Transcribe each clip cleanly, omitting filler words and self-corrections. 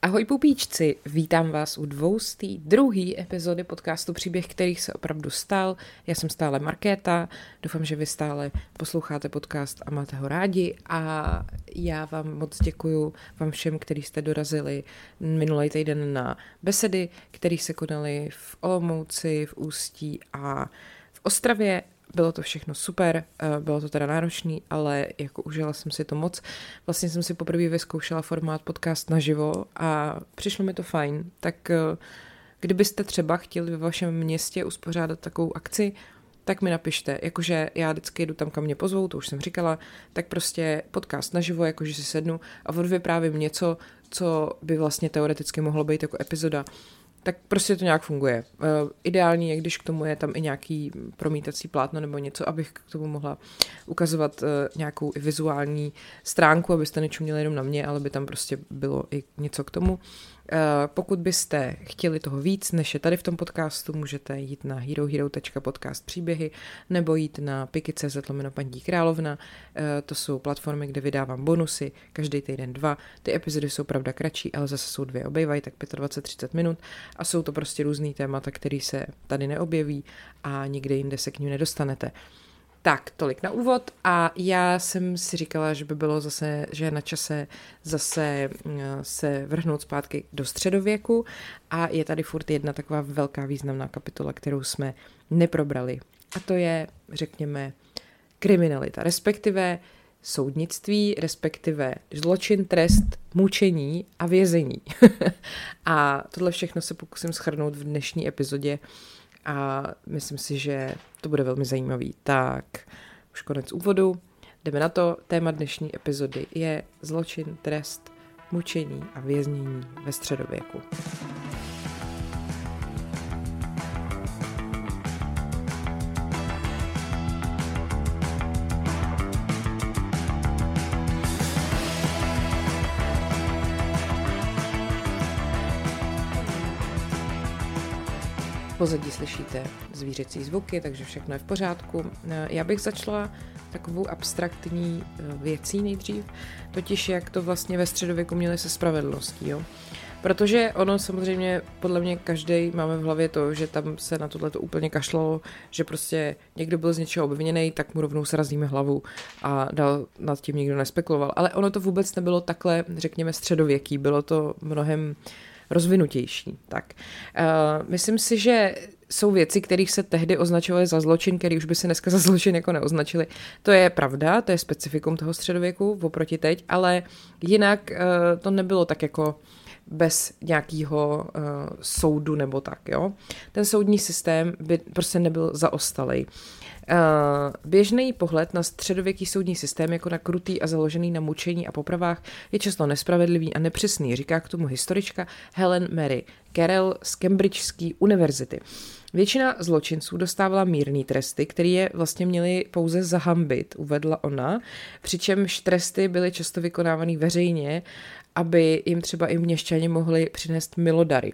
Ahoj pupíčci, vítám vás u 202. epizody podcastu Příběh, kterých se opravdu stal. Já jsem stále Markéta, doufám, že vy stále posloucháte podcast a máte ho rádi a já vám moc děkuju vám všem, kteří jste dorazili minulý týden na besedy, které se konaly v Olomouci, v Ústí a v Ostravě. Bylo to všechno super, bylo to teda náročný, ale jako užila jsem si to moc. Vlastně jsem si poprvé vyzkoušela formát podcast naživo a přišlo mi to fajn. Tak kdybyste třeba chtěli ve vašem městě uspořádat takovou akci, tak mi napište. Jakože já vždycky jdu tam, kam mě pozvou, to už jsem říkala, tak prostě podcast naživo, jakože si sednu a odvyprávím něco, co by vlastně teoreticky mohlo být jako epizoda. Tak prostě to nějak funguje. Ideální je, když k tomu je tam i nějaký promítací plátno nebo něco, abych k tomu mohla ukazovat nějakou i vizuální stránku, abyste nečuměli jenom na mě, ale by tam prostě bylo i něco k tomu. Pokud byste chtěli toho víc, než je tady v tom podcastu, můžete jít na herohero.podcast příběhy nebo jít na piky.cz/Paní královna. To jsou platformy, kde vydávám bonusy, každý týden 2. Ty epizody jsou pravda kratší, ale zase jsou 2 obejvají, tak 25-30 minut a jsou to prostě různý témata, který se tady neobjeví a nikde jinde se k ním nedostanete. Tak, tolik na úvod a já jsem si říkala, že by bylo zase, že je na čase zase se vrhnout zpátky do středověku a je tady furt jedna taková velká významná kapitola, kterou jsme neprobrali. A to je, řekněme, kriminalita, respektive soudnictví, respektive zločin, trest, mučení a vězení. A tohle všechno se pokusím shrnout v dnešní epizodě a myslím si, že to bude velmi zajímavý. Tak, už konec úvodu, jdeme na to. Téma dnešní epizody je zločin, trest, mučení a věznění ve středověku. Pozadí slyšíte zvířecí zvuky, takže všechno je v pořádku. Já bych začala takovou abstraktní věcí nejdřív, totiž jak to vlastně ve středověku měli se spravedlností. Jo? Protože ono samozřejmě, podle mě každý máme v hlavě to, že tam se na tohleto úplně kašlalo, že prostě někdo byl z něčeho obviněný, tak mu rovnou srazíme hlavu a dál nad tím nikdo nespekuloval. Ale ono to vůbec nebylo takhle, řekněme, středověký, bylo to mnohem rozvinutější. Tak. Myslím si, že jsou věci, které se tehdy označovaly za zločin, který už by se dneska za zločin jako neoznačili. To je pravda, to je specifikum toho středověku oproti teď, ale jinak to nebylo tak jako bez nějakého soudu nebo tak, jo. Ten soudní systém by prostě nebyl zaostalej. Běžný pohled na středověký soudní systém jako na krutý a založený na mučení a popravách je často nespravedlivý a nepřesný, říká k tomu historička Helen Mary Carroll z Cambridgeské univerzity. Většina zločinců dostávala mírný tresty, které je vlastně měly pouze zahambit, uvedla ona, přičemž tresty byly často vykonávaný veřejně, aby jim třeba i měšťani mohli přinést milodary.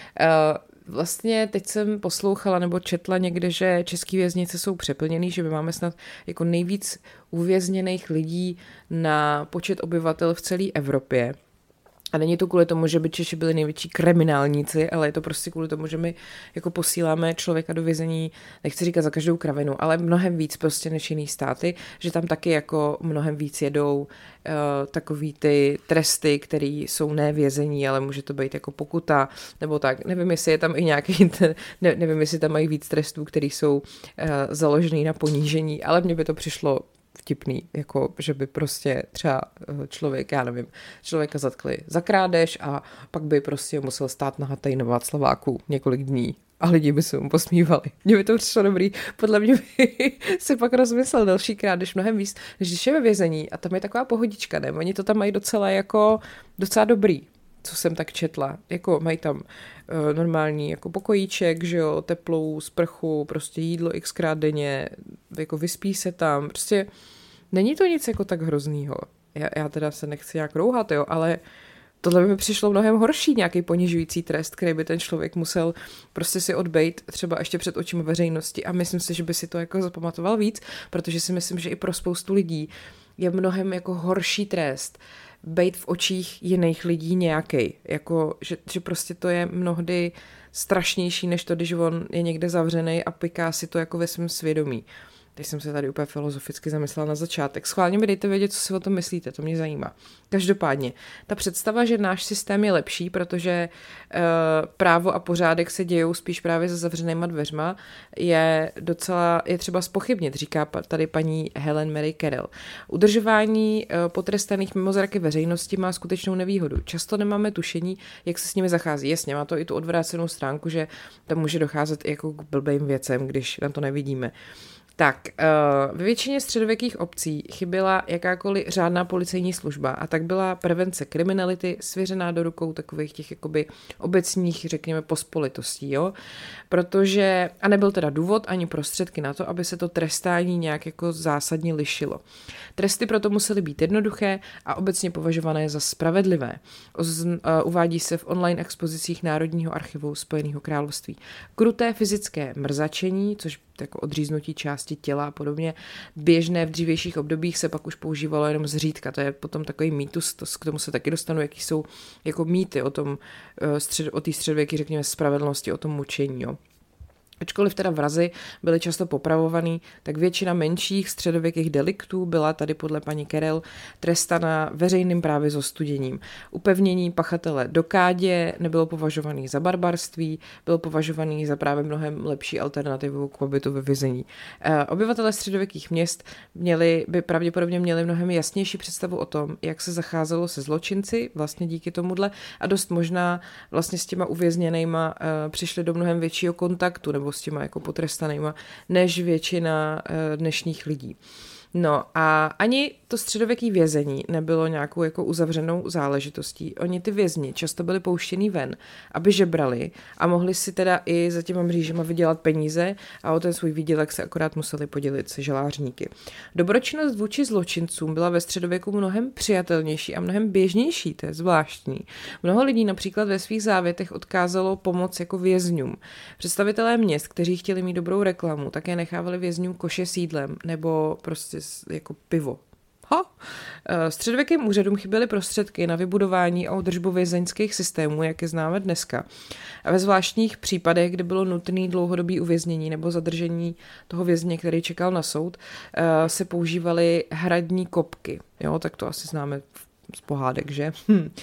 Vlastně teď jsem poslouchala nebo četla někde, že české věznice jsou přeplněný, že my máme snad jako nejvíc uvězněných lidí na počet obyvatel v celé Evropě. A není to kvůli tomu, že by Češi byli největší kriminálníci, ale je to prostě kvůli tomu, že my jako posíláme člověka do vězení, nechci říkat za každou kravinu, ale mnohem víc prostě než jiný státy, že tam taky jako mnohem víc jedou takový ty tresty, které jsou ne vězení, ale může to být jako pokuta, nebo tak. Nevím, jestli je tam i nějaký, nevím, jestli tam mají víc trestů, které jsou založený na ponížení, ale mně by to přišlo vtipný, jako že by prostě třeba člověk, já nevím, člověka zatkli za krádež a pak by prostě musel stát nahatej na Václaváku několik dní a lidi by se mu posmívali. Mně by to přišlo dobrý, podle mě by si pak rozmyslel další krádež mnohem víc, než když je ve vězení a tam je taková pohodička, ne? Oni to tam mají docela dobrý, co jsem tak četla. Jako mají tam normální jako pokojíček, že jo, teplou sprchu, prostě jídlo xkrát denně, jako vyspí se tam, prostě není to nic jako tak hroznýho. Já teda se nechci nějak rouhat, jo, ale tohle by mi přišlo mnohem horší, nějaký ponižující trest, který by ten člověk musel prostě si odbejt třeba ještě před očima veřejnosti a myslím si, že by si to jako zapamatoval víc, protože si myslím, že i pro spoustu lidí je mnohem jako horší trest bejt v očích jiných lidí nějakej. Jako, že prostě to je mnohdy strašnější, než to, když on je někde zavřený a piká si to jako ve svém svědomí. Teď jsem se tady úplně filozoficky zamyslela na začátek. Schválně mi dejte vědět, co si o tom myslíte, to mě zajímá. Každopádně, ta představa, že náš systém je lepší, protože právo a pořádek se dějou spíš právě za zavřenýma dveřma, je třeba zpochybnit, říká tady paní Helen Mary Carroll. Udržování potrestaných mimo zraky veřejnosti má skutečnou nevýhodu. Často nemáme tušení, jak se s nimi zachází. Jasně, má to i tu odvrácenou stránku, že tam může docházet jako k blbým věcem, když na to nevidíme. Tak, ve většině středověkých obcí chyběla jakákoliv řádná policejní služba a tak byla prevence kriminality svěřená do rukou takových těch jakoby obecních, řekněme, pospolitostí, jo? Protože, a nebyl teda důvod ani prostředky na to, aby se to trestání nějak jako zásadně lišilo. Tresty proto musely být jednoduché a obecně považované za spravedlivé. Uvádí se v online expozicích Národního archivu Spojeného království. Kruté fyzické mrzačení, což jako odříznutí části těla a podobně. Běžné v dřívějších obdobích se pak už používalo jenom zřídka. To je potom takový mýtus, k tomu se taky dostanu, jaký jsou jako mýty o té středověké, řekněme, spravedlnosti, o tom mučení, jo. Ačkoliv teda vrazi byly často popravovaný, tak většina menších středověkých deliktů byla tady podle paní Carroll trestaná veřejným právě zostuděním. Upevnění pachatele do kádě nebylo považovaný za barbarství, bylo považovaný za právě mnohem lepší alternativu k pobytu ve vězení. Obyvatelé středověkých měst by pravděpodobně měli mnohem jasnější představu o tom, jak se zacházelo se zločinci, vlastně díky tomuhle, a dost možná vlastně s těma uvězněnejma přišli do mnohem většího kontaktu nebo s těma jako potrestanýma, než většina dnešních lidí. No a ani to středověké vězení nebylo nějakou jako uzavřenou záležitostí. Oni ty vězni často byli pouštěný ven, aby žebrali a mohli si teda i za těma mřížema vydělat peníze a o ten svůj výdělek se akorát museli podělit se žalářníky. Dobročinnost vůči zločincům byla ve středověku mnohem přijatelnější a mnohem běžnější, to je zvláštní. Mnoho lidí například ve svých závětech odkázalo pomoc jako vězňům. Představitelé měst, kteří chtěli mít dobrou reklamu, také nechávali vězňům koše s jídlem nebo prostě jako pivo. Středověkým úřadům chyběly prostředky na vybudování a údržbu vězeňských systémů, jak je známe dneska. A ve zvláštních případech, kdy bylo nutné dlouhodobé uvěznění nebo zadržení toho vězně, který čekal na soud, se používaly hradní kopky. Jo, tak to asi známe z pohádek, že?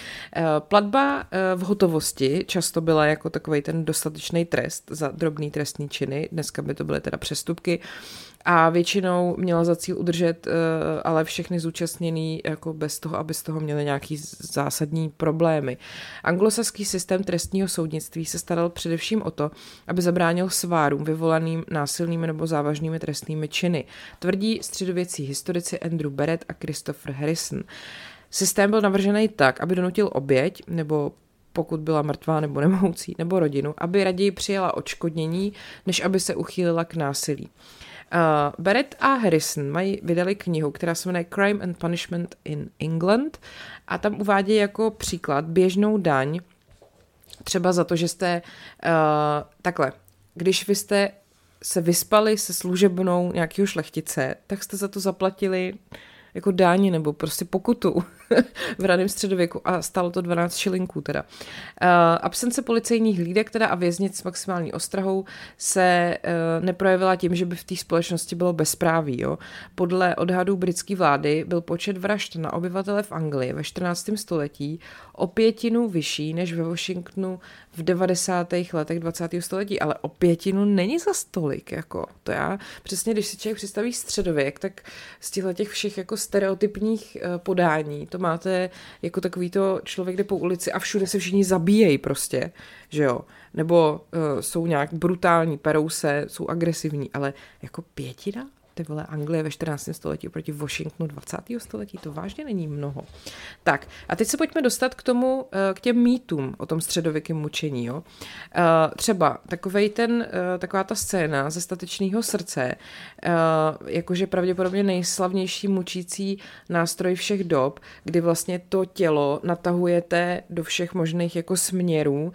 Platba v hotovosti často byla jako takovej ten dostatečný trest za drobný trestný činy, dneska by to byly teda přestupky a většinou měla za cíl udržet ale všechny zúčastněný jako bez toho, aby z toho měli nějaký zásadní problémy. Anglosaský systém trestního soudnictví se staral především o to, aby zabránil svárům vyvolaným násilnými nebo závažnými trestnými činy. Tvrdí středověcí historici Andrew Barrett a Christopher Harrison. Systém byl navržený tak, aby donutil oběť, nebo pokud byla mrtvá nebo nemohoucí, nebo rodinu, aby raději přijala odškodnění, než aby se uchýlila k násilí. Barrett a Harrison vydali knihu, která se jmenuje Crime and Punishment in England a tam uvádí jako příklad běžnou daň, třeba za to, že jste takhle, když vy jste se vyspali se služebnou nějakého šlechtice, tak jste za to zaplatili jako dáni nebo prostě pokutu v raném středověku a stalo to 12 šilinků teda. Absence policejních hlídek teda a věznic s maximální ostrahou se neprojevila tím, že by v té společnosti bylo bezpráví. Jo. Podle odhadů britské vlády byl počet vražd na obyvatele v Anglii ve 14. století o 5% vyšší než ve Washingtonu v 90. letech 20. století, ale o 5% není za stolik. Jako. To já přesně, když si člověk představí středověk, tak z těch všech jako stereotypních podání to máte jako takovýto člověk jde po ulici a všude se všichni zabíjejí prostě, že jo, nebo jsou nějak brutální, perou se, jsou agresivní, ale jako 5%? Ty vole, Anglie ve 14. století proti Washingtonu 20. století, to vážně není mnoho. Tak, a teď se pojďme dostat k těm mýtům o tom středověkém mučení, jo. Třeba taková ta scéna ze Statečného srdce, jakože pravděpodobně nejslavnější mučící nástroj všech dob, kdy vlastně to tělo natahujete do všech možných jako směrů,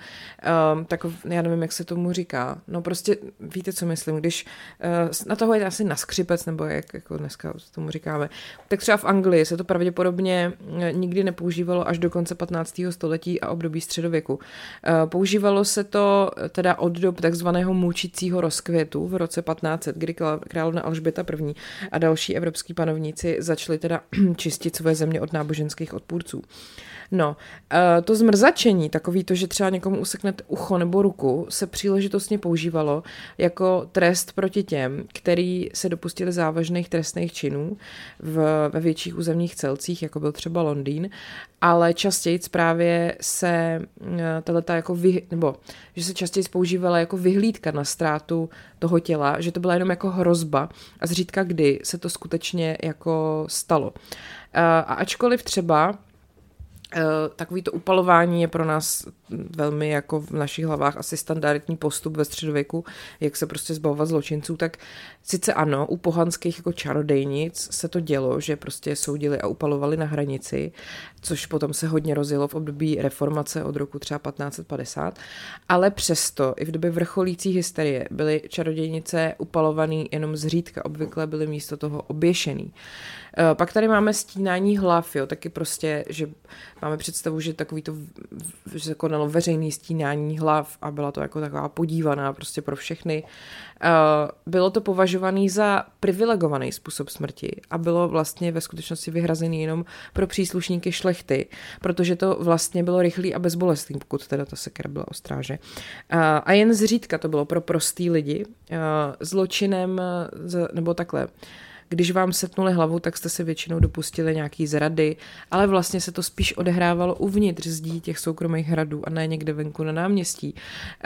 já nevím, jak se tomu říká, no prostě víte, co myslím, když natahujete asi na skřipec, kopec, nebo jak jako dneska tomu říkáme. Tak třeba v Anglii se to pravděpodobně nikdy nepoužívalo až do konce 15. století a období středověku. Používalo se to teda od dob takzvaného mučícího rozkvětu v roce 1500, kdy královna Alžběta I. a další evropský panovníci začali teda čistit své země od náboženských odpůrců. No, to zmrzačení, takový to, že třeba někomu useknete ucho nebo ruku, se příležitostně používalo jako trest proti těm, který se dopustili závažných trestných činů ve větších územních celcích, jako byl třeba Londýn, ale častěji právě se tato jako nebo že se častěji používala jako vyhlídka na ztrátu toho těla, že to byla jenom jako hrozba a zřídka kdy se to skutečně jako stalo. A ačkoliv třeba takový to upalování je pro nás velmi jako v našich hlavách asi standardní postup ve středověku, jak se prostě zbavovat zločinců, tak sice ano, u pohanských jako čarodejnic se to dělo, že prostě soudili a upalovali na hranici, což potom se hodně rozjelo v období reformace od roku třeba 1550, ale přesto i v době vrcholící hysterie byly čarodějnice upalovaný jenom zřídka, obvykle byly místo toho oběšený. Pak tady máme stínání hlav, jo, taky prostě, že máme představu, že takový to, že se konalo veřejné stínání hlav a byla to jako taková podívaná prostě pro všechny. Bylo to považovaný za privilegovaný způsob smrti a bylo vlastně ve skutečnosti vyhrazený jenom pro příslušníky šlechty, protože to vlastně bylo rychlý a bezbolestný, pokud teda ta sekera byla ostráže. A jen zřídka to bylo pro prostý lidi. Zločinem, nebo takhle, když vám setnuli hlavu, tak jste se většinou dopustili nějaký zrady, ale vlastně se to spíš odehrávalo uvnitř zdí těch soukromých hradů a ne někde venku na náměstí.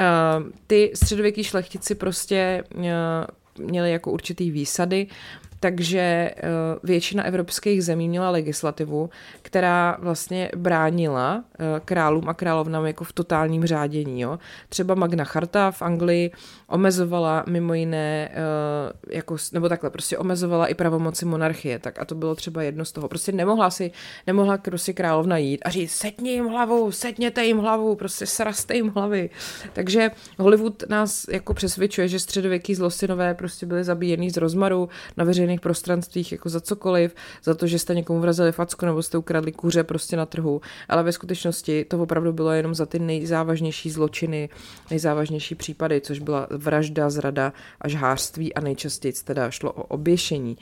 Ty středověký šlechtici prostě měli jako určitý výsady, takže většina evropských zemí měla legislativu, která vlastně bránila králům a královnám jako v totálním řádění. Jo. Třeba Magna Charta v Anglii omezovala mimo jiné, jako, nebo takhle, prostě omezovala i pravomoci monarchie, tak a to bylo třeba jedno z toho. Prostě nemohla prostě královna jít a říct, setněte jim hlavu, prostě sraste jim hlavy. Takže Hollywood nás jako přesvědčuje, že středověký zlosinové prostě byli zabíjený z rozmaru na veřejných prostranstvích jako za cokoliv, za to, že jste někomu vrazili facku nebo jste ukradli kuře prostě na trhu, ale ve skutečnosti to opravdu bylo jenom za ty nejzávažnější zločiny, nejzávažnější případy, což byla vražda, zrada a žhářství a nejčastěji teda šlo o oběšení.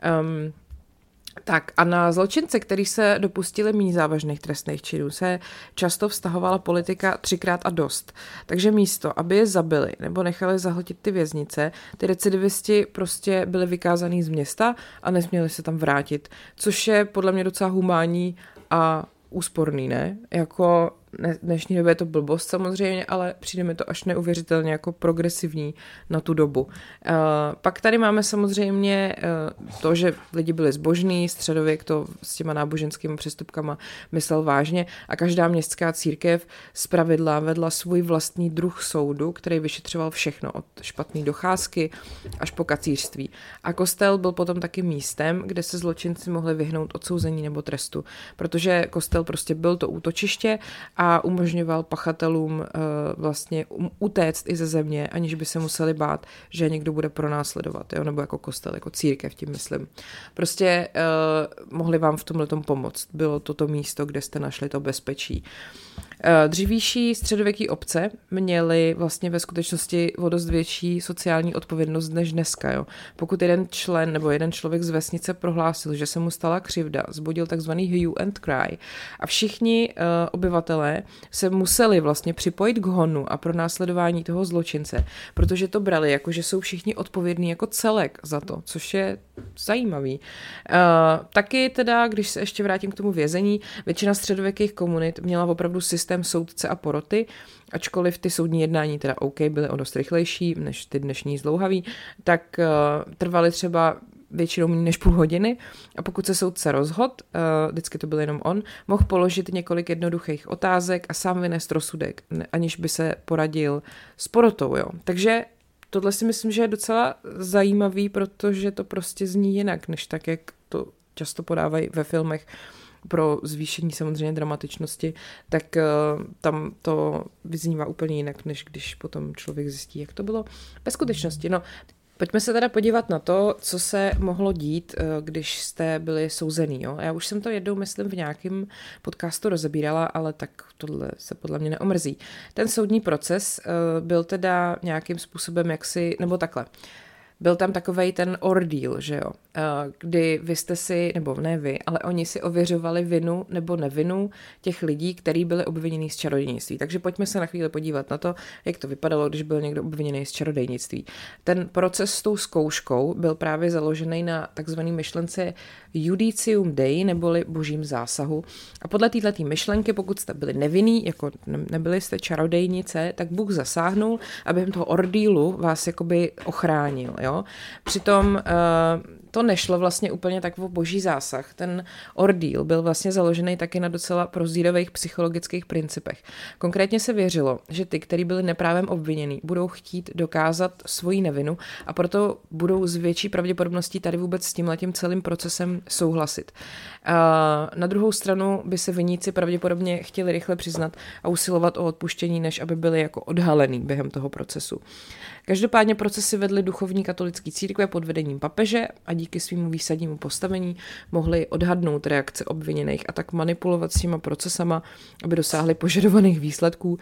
Tak a na zločince, který se dopustili méně závažných trestných činů, se často vztahovala politika 3x a dost. Takže místo, aby je zabili nebo nechali zahltit ty věznice, ty recidivisti prostě byli vykázaný z města a nesměli se tam vrátit, což je podle mě docela humánní a úsporný, ne? Jako dnešní době je to blbost samozřejmě, ale přijde mi to až neuvěřitelně jako progresivní na tu dobu. Pak tady máme samozřejmě to, že lidi byli zbožní, středověk to s těma náboženskými přestupkama myslel vážně a každá městská církev zpravidla vedla svůj vlastní druh soudu, který vyšetřoval všechno od špatné docházky až po kacířství. A kostel byl potom taky místem, kde se zločinci mohli vyhnout odsouzení nebo trestu, protože kostel prostě byl to útočiště a umožňoval pachatelům vlastně utéct i ze země, aniž by se museli bát, že někdo bude pronásledovat, jo? Nebo jako kostel, jako církev, tím myslím. Prostě mohli vám v tomhletom pomoct. Bylo to místo, kde jste našli to bezpečí. Dřívější středověké obce měly vlastně ve skutečnosti o dost větší sociální odpovědnost než dneska. Jo. Pokud jeden člen nebo jeden člověk z vesnice prohlásil, že se mu stala křivda, zbudil takzvaný hue and cry a všichni obyvatelé se museli vlastně připojit k honu a pro následování toho zločince, protože to brali jako, že jsou všichni odpovědní jako celek za to, což je zajímavý. Taky teda, když se ještě vrátím k tomu vězení, většina středověkých komunit měla opravdu systém soudce a poroty, ačkoliv ty soudní jednání teda byly o dost rychlejší než ty dnešní zdlouhavý, tak trvaly třeba většinou méně než půl hodiny a pokud se soudce rozhodl, vždycky to byl jenom on, mohl položit několik jednoduchých otázek a sám vynést rozsudek, aniž by se poradil s porotou. Jo. Takže tohle si myslím, že je docela zajímavý, protože to prostě zní jinak, než tak, jak to často podávají ve filmech pro zvýšení samozřejmě dramatičnosti, tak tam to vyznívá úplně jinak, než když potom člověk zjistí, jak to bylo ve skutečnosti. No, Pojďme se teda podívat na to, co se mohlo dít, když jste byli souzený. Jo? Já už jsem to jednou, myslím, v nějakém podcastu rozebírala, ale tak tohle se podle mě neomrzí. Ten soudní proces byl teda nějakým způsobem jaksi, nebo takhle. Byl tam takovej ten ordeal, že jo, kdy vy jste si, nebo ne vy, ale oni si ověřovali vinu nebo nevinu těch lidí, kteří byli obviněni z čarodějnictví. Takže pojďme se na chvíli podívat na to, jak to vypadalo, když byl někdo obviněný z čarodějnictví. Ten proces s tou zkouškou byl právě založený na takzvané myšlence judicium dei, neboli božím zásahu. A podle této myšlenky, pokud jste byli nevinní, jako nebyli jste čarodejnice, tak Bůh zasáhnul a během toho ordealu vás jakoby ochránil. Jo? Přitom to nešlo vlastně úplně tak o boží zásah. Ten ordeal byl vlastně založený taky na docela prozíravých psychologických principech. Konkrétně se věřilo, že ty, kteří byli neprávem obvinění, budou chtít dokázat svoji nevinu a proto budou s větší pravděpodobností tady vůbec s tímhletím celým procesem souhlasit. Na druhou stranu by se viníci pravděpodobně chtěli rychle přiznat a usilovat o odpuštění, než aby byli jako odhalený během toho procesu. Každopádně procesy vedly duchovní katolické církve pod vedením papeže a díky svému výsadnímu postavení mohli odhadnout reakce obviněných a tak manipulovat s těma procesama, aby dosáhli požadovaných výsledků.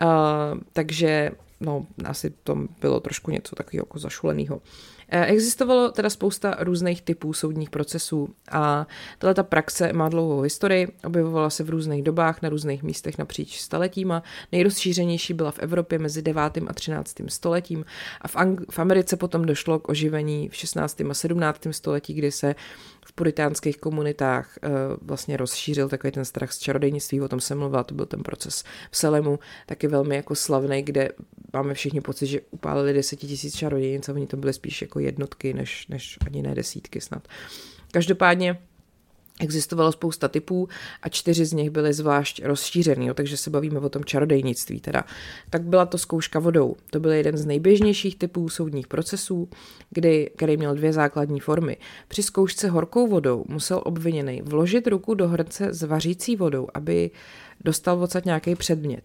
Takže asi to bylo trošku něco takového jako zašuleného. Existovalo teda spousta různých typů soudních procesů a tato praxe má dlouhou historii, objevovala se v různých dobách na různých místech napříč staletíma. Nejrozšířenější byla v Evropě mezi 9. a 13. stoletím a v Americe potom došlo k oživení v 16. a 17. století, kdy se v puritánských komunitách vlastně rozšířil takový ten strach z čarodejnictví, o tom jsem mluvila, to byl ten proces v Salemu, taky velmi jako slavný, kde máme všichni pocit, že upálili 10 000 čarodějnic a oni to byly spíš jako jednotky, než ani ne desítky snad. Každopádně existovalo spousta typů a 4 z nich byly zvlášť rozšířený, takže se bavíme o tom čarodejnictví teda. Tak byla to zkouška vodou. To byl jeden z nejběžnějších typů soudních procesů, který měl 2 základní formy. Při zkoušce horkou vodou musel obviněný vložit ruku do hrnce s vařící vodou, aby dostal odsud nějaký předmět.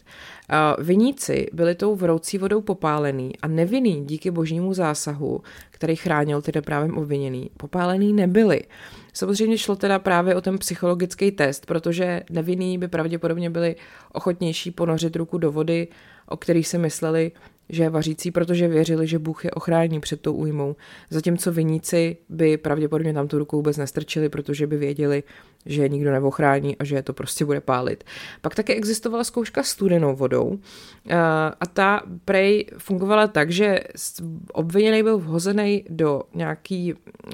Viníci byli tou vroucí vodou popálený a nevinný díky božímu zásahu, který chránil tedy právem obviněný, popálený nebyli. Samozřejmě šlo teda právě o ten psychologický test, protože nevinní by pravděpodobně byli ochotnější ponořit ruku do vody, o kterých si mysleli, že je vařící, protože věřili, že Bůh je ochrání před tou újmou. Zatímco viníci by pravděpodobně tam tu ruku vůbec nestrčili, protože by věděli, že je nikdo neochrání a že je to prostě bude pálit. Pak taky existovala zkouška studenou vodou a ta prej fungovala tak, že obviněný byl vhozený do nějaký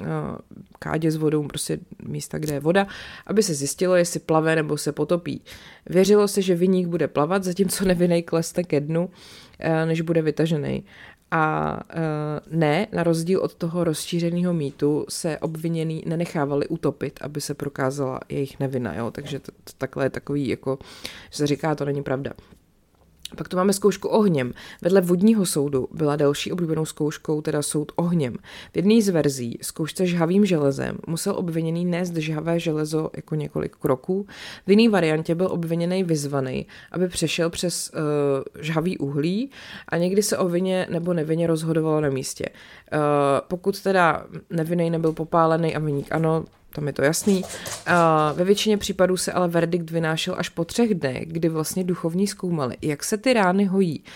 kádě s vodou, prostě místa, kde je voda, aby se zjistilo, jestli plave nebo se potopí. Věřilo se, že viník bude plavat, zatímco nevinnej klesne ke dnu, než bude vytažený. A ne, na rozdíl od toho rozšířeného mýtu se obvinění nenechávali utopit, aby se prokázala jejich nevina. Jo? Takže to takhle je takový, jako, že se říká, to není pravda. Pak tu máme zkoušku ohněm. Vedle vodního soudu byla další oblíbenou zkouškou, teda soud ohněm. V jedné z verzí, zkoušce žhavým železem, musel obviněný nést žhavé železo jako několik kroků. V jiné variantě byl obviněný vyzvaný, aby přešel přes žhavý uhlí a někdy se o vině nebo nevině rozhodovalo na místě. Pokud teda nevinný nebyl popálený a viník ano, tam je to jasný. Ve většině případů se ale verdikt vynášel až po 3 dnech, kdy vlastně duchovní zkoumali, jak se ty rány hojí.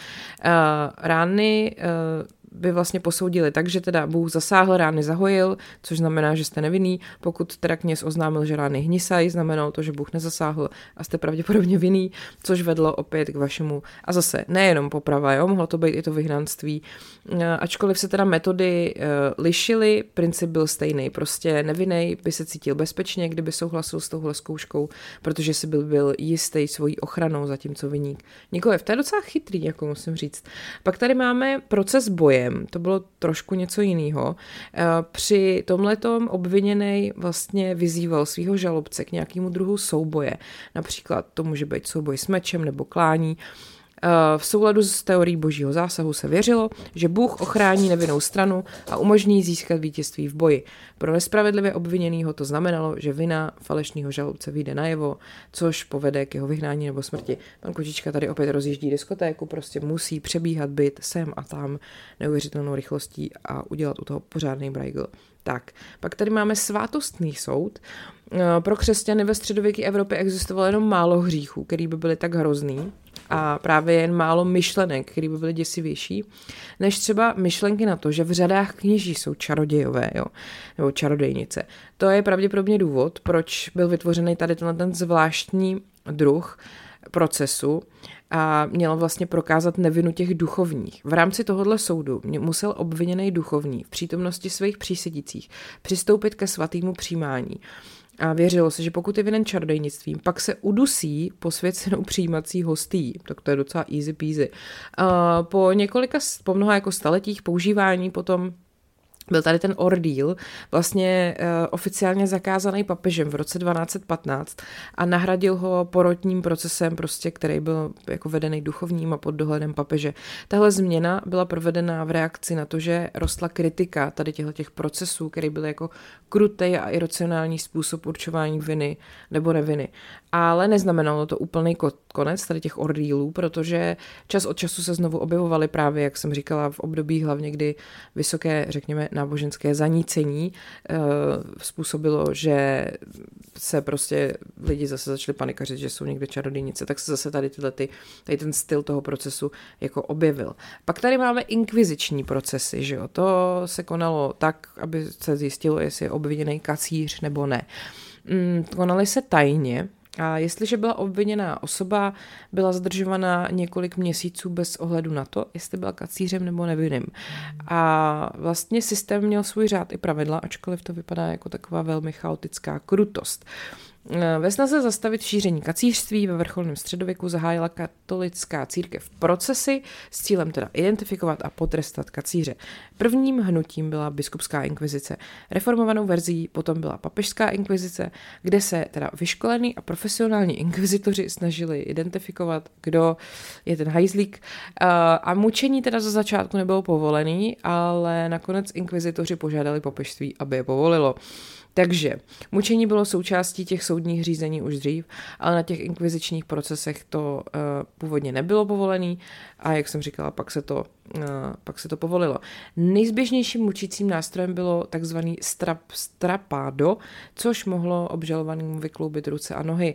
Rány by vlastně posoudili tak, že teda Bůh zasáhl, rány zahojil, což znamená, že jste nevinný. Pokud teda kněz oznámil, že rány hnisají, znamenalo to, že Bůh nezasáhl a jste pravděpodobně vinný, což vedlo opět k vašemu. A zase nejenom poprava, jo, mohlo to být i to vyhnanství. Ačkoliv se teda metody lišily, princip byl stejný. Prostě nevinný by se cítil bezpečně, kdyby souhlasil s touhle zkouškou, protože si byl jistý svojí ochranou, zatímco viník nikoliv. To je docela chytrý, jako musím říct. Pak tady máme proces boje. To bylo trošku něco jiného. Při tomhletom obviněný vlastně vyzýval svého žalobce k nějakému druhu souboje. Například to může být souboj s mečem nebo klání. V souladu s teorií božího zásahu se věřilo, že Bůh ochrání nevinnou stranu a umožní získat vítězství v boji. Pro nespravedlivě obviněného to znamenalo, že vina falešného žalobce vyjde najevo, což povede k jeho vyhnání nebo smrti. Pan Kočička tady opět rozjíždí diskotéku, prostě musí přebíhat byt sem a tam neuvěřitelnou rychlostí a udělat u toho pořádný brajgl. Tak, pak tady máme svátostný soud. Pro křesťany ve středověké Evropě existovalo jenom málo hříchů, který by byly tak hrozný, a právě jen málo myšlenek, které by byly děsivější, než třeba myšlenky na to, že v řadách kněží jsou čarodějové, jo, nebo čarodejnice. To je pravděpodobně důvod, proč byl vytvořený tady ten zvláštní druh procesu a měl vlastně prokázat nevinu těch duchovních. V rámci tohohle soudu musel obviněný duchovní v přítomnosti svých přísedících přistoupit ke svatýmu přijímání. A věřilo se, že pokud je vinen čarodejnictvím, pak se udusí posvěcenou přijímací hostí. Tak to je docela easy peasy. Po mnoha jako staletích používání potom byl tady ten ordíl, vlastně oficiálně zakázaný papežem v roce 1215 a nahradil ho porotním procesem, prostě, který byl jako vedený duchovním a pod dohledem papeže. Tahle změna byla provedena v reakci na to, že rostla kritika tady těch procesů, který byl jako krutý a iracionální způsob určování viny nebo neviny. Ale neznamenalo to úplný konec tady těch ordílů, protože čas od času se znovu objevovaly právě, jak jsem říkala, v období hlavně, kdy vysoké, řekněme, náboženské zanícení způsobilo, že se prostě lidi zase začali panikařit, že jsou někde čarodějnice, tak se zase tady ten styl toho procesu jako objevil. Pak tady máme inkviziční procesy, že jo, to se konalo tak, aby se zjistilo, jestli je obviněný kacíř nebo ne. Konaly se tajně, a jestliže byla obviněná osoba, byla zadržovaná několik měsíců bez ohledu na to, jestli byla kacířem nebo nevinným. A vlastně systém měl svůj řád i pravidla, ačkoliv to vypadá jako taková velmi chaotická krutost. Ve snaze zastavit šíření kacířství ve vrcholném středověku zahájila katolická církev procesy s cílem teda identifikovat a potrestat kacíře. Prvním hnutím byla biskupská inkvizice. Reformovanou verzí potom byla papežská inkvizice, kde se teda vyškolení a profesionální inkvizitoři snažili identifikovat, kdo je ten hajzlík. A mučení teda za začátku nebylo povolený, ale nakonec inkvizitoři požádali papežství, aby je povolilo. Takže mučení bylo součástí těch soudních řízení už dřív, ale na těch inkvizičních procesech to původně nebylo povolený a jak jsem říkala, pak se to povolilo. Nejzběžnějším mučícím nástrojem bylo takzvaný strapado, což mohlo obžalovanému vykloubit ruce a nohy.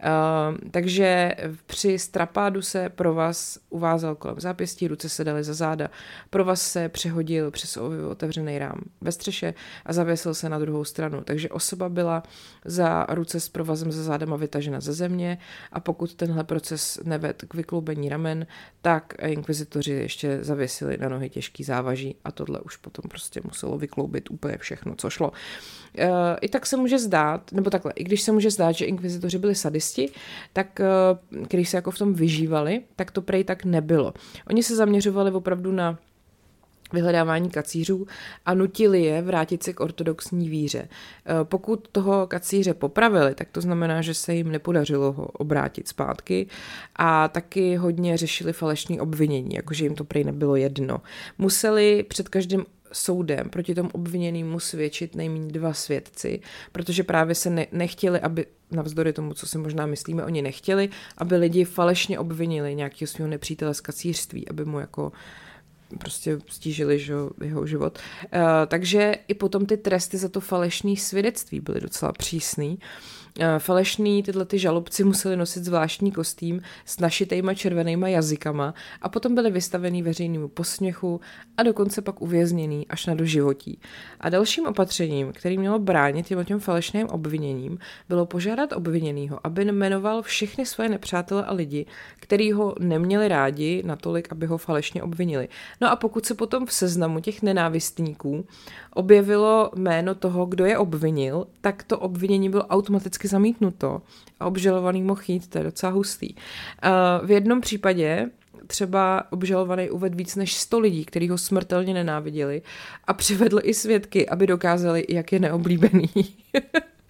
Takže při strapádu se provaz uvázal kolem zápěstí, ruce se daly za záda. Provaz se přehodil přes otevřený rám ve střeše a zavěsil se na druhou stranu. Takže osoba byla za ruce s provazem za zádama vytažena ze země a pokud tenhle proces nevedl k vykloubení ramen, tak inkvizitoři ještě zavěsili na nohy těžký závaží a tohle už potom prostě muselo vykloubit úplně všechno, co šlo. I tak se může zdát, nebo takhle, i když se může zdát, že inkvizitoři byli sadisti, tak když se jako v tom vyžívali, tak to prej tak nebylo. Oni se zaměřovali opravdu na vyhledávání kacířů a nutili je vrátit se k ortodoxní víře. Pokud toho kacíře popravili, tak to znamená, že se jim nepodařilo ho obrátit zpátky a taky hodně řešili falešné obvinění, jakože jim to prej nebylo jedno. Museli před každým soudem proti tomu obviněnému svědčit nejméně 2 svědci, protože právě se nechtěli, aby navzdory tomu, co si možná myslíme, oni nechtěli, aby lidi falešně obvinili nějakého svého nepřítele z kacířství, aby mu jako prostě stížili jeho život. Takže i potom ty tresty za to falešné svědectví byly docela přísný. Falešný tyhle ty žalobci museli nosit zvláštní kostým s našitejma červenýma jazykama a potom byli vystavený veřejnému posměchu a dokonce pak uvězněný až na doživotí. A dalším opatřením, který mělo bránit těm falešným obviněním, bylo požádat obviněného, aby jmenoval všechny svoje nepřátele a lidi, který ho neměli rádi natolik, aby ho falešně obvinili. No a pokud se potom v seznamu těch nenávistníků objevilo jméno toho, kdo je obvinil, tak to obvinění bylo automaticky zamítnuto a obžalovaný mohl jít, to je docela hustý. V jednom případě třeba obžalovaný uvedl víc než 100 lidí, kteří ho smrtelně nenáviděli a přivedl i svědky, aby dokázali, jak je neoblíbený.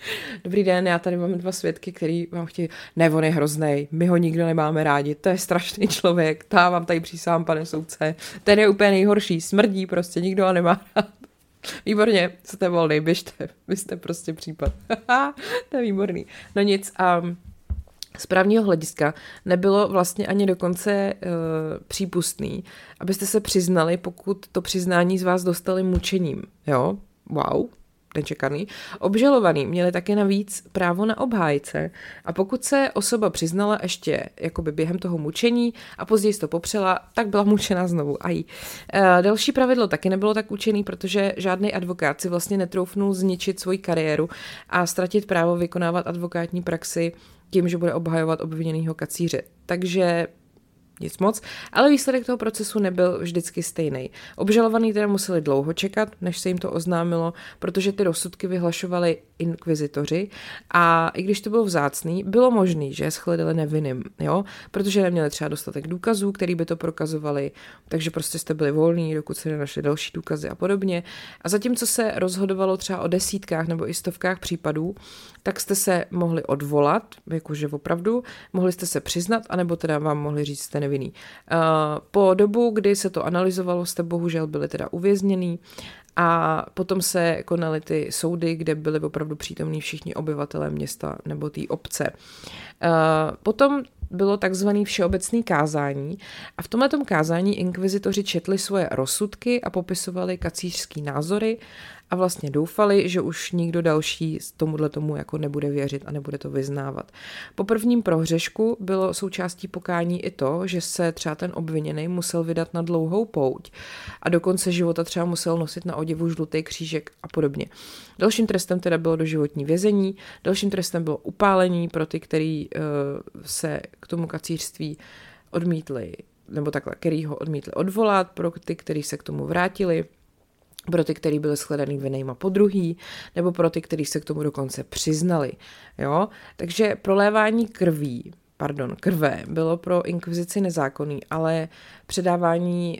Dobrý den, já tady mám 2 svědky, který vám chtějí, ne, on je hroznej, my ho nikdo nemáme rádi, to je strašný člověk, já vám tady přísahám, pane soudce, ten je úplně nejhorší, smrdí prostě, nikdo ho nemá rád. Výborně, jste volný, běžte, vy jste prostě případ. To je výborný. No nic, z právního hlediska nebylo vlastně ani dokonce přípustný, abyste se přiznali, pokud to přiznání z vás dostali mučením. Jo? Wow, nečekaný. Obžalovaní měli také navíc právo na obhájce a pokud se osoba přiznala ještě jakoby během toho mučení a později to popřela, tak byla mučena znovu. Další pravidlo taky nebylo tak učený, protože žádný advokát si vlastně netroufnul zničit svoji kariéru a ztratit právo vykonávat advokátní praxi tím, že bude obhajovat obviněnýho kacíře. Takže nic moc, ale výsledek toho procesu nebyl vždycky stejný. Obžalovaní teda museli dlouho čekat, než se jim to oznámilo, protože ty rozsudky vyhlašovali inkvizitoři a i když to bylo vzácný, bylo možný, že je shledali nevinným, jo? Protože neměli třeba dostatek důkazů, který by to prokazovali, takže prostě jste byli volní, dokud se nenašli další důkazy a podobně. A zatímco se rozhodovalo třeba o desítkách nebo i stovkách případů, tak jste se mohli odvolat, jakože opravdu, mohli jste se přiznat, anebo teda vám mohli říct, jste nevinný. Po dobu, kdy se to analyzovalo, jste bohužel byli teda uvězněný a potom se konaly ty soudy, kde byli opravdu přítomní všichni obyvatelé města nebo té obce. Potom bylo takzvané všeobecné kázání a v tomhletom kázání inkvizitoři četli svoje rozsudky a popisovali kacířský názory a vlastně doufali, že už nikdo další tomu jako nebude věřit a nebude to vyznávat. Po prvním prohřešku bylo součástí pokání i to, že se třeba ten obviněný musel vydat na dlouhou pouť a do konce života třeba musel nosit na oděvu žlutý křížek a podobně. Dalším trestem teda bylo doživotní vězení, dalším trestem bylo upálení pro ty, kteří se k tomu kacířství odmítli, nebo takhle, který ho odmítli odvolat, pro ty, kteří se k tomu vrátili, pro ty, kteří byli shledaný vinnejma podruhý, nebo pro ty, kteří se k tomu dokonce přiznali. Jo? Takže prolévání krve bylo pro inkvizici nezákonný, ale předávání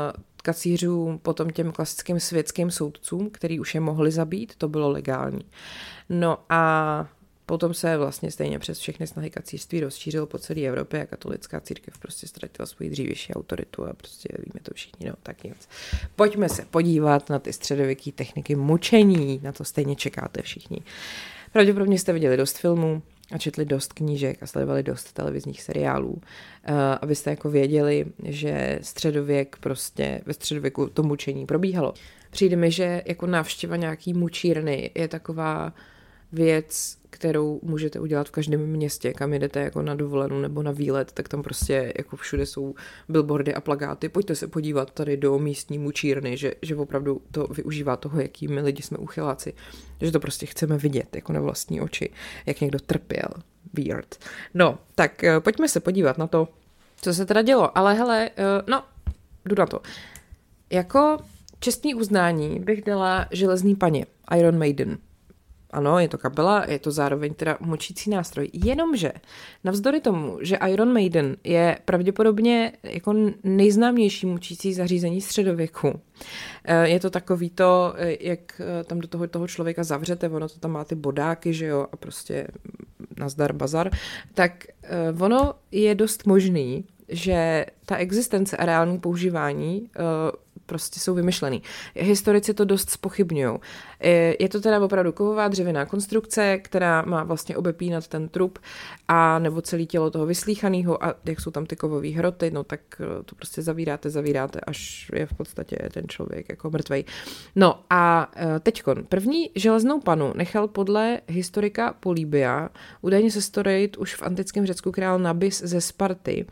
kacířů potom těm klasickým světským soudcům, který už je mohli zabít, to bylo legální. No a potom se vlastně stejně přes všechny snahy kacířství rozšířilo po celé Evropě a katolická církev prostě ztratila svoji dřívější autoritu a prostě víme to všichni, no tak nic. Pojďme se podívat na ty středověké techniky mučení, na to stejně čekáte všichni. Pravděpodobně jste viděli dost filmů a četli dost knížek a sledovali dost televizních seriálů, abyste jako věděli, že středověk prostě ve středověku to mučení probíhalo. Přijde mi, že jako návštěva nějaký mučírny je taková věc, kterou můžete udělat v každém městě, kam jedete jako na dovolenou nebo na výlet, tak tam prostě jako všude jsou billboardy a plakáty. Pojďte se podívat tady do místní mučírny, že opravdu to využívá toho, jakými lidi jsme uchyláci. Že to prostě chceme vidět jako na vlastní oči, jak někdo trpěl. Weird. No, tak pojďme se podívat na to, co se teda dělo. Ale hele, jdu na to. Jako čestný uznání bych dala Železný paně, Iron Maiden. Ano, je to kapela, je to zároveň teda mučící nástroj. Jenomže navzdory tomu, že Iron Maiden je pravděpodobně jako nejznámější mučící zařízení středověku. Je to takový to, jak tam do toho člověka zavřete, ono to tam má ty bodáky, že jo, a prostě nazdar bazar, tak ono je dost možný, že ta existence a reální používání prostě jsou vymyšlený. Historici to dost zpochybňují. Je to teda opravdu kovová dřevěná konstrukce, která má vlastně obepínat ten trup a nebo celé tělo toho vyslíchaného a jak jsou tam ty kovové hroty, no tak to prostě zavíráte, až je v podstatě ten člověk jako mrtvej. No a teďkon, první železnou panu nechal podle historika Polybia údajně sestrojit už v antickém Řecku král Nabis ze Sparty.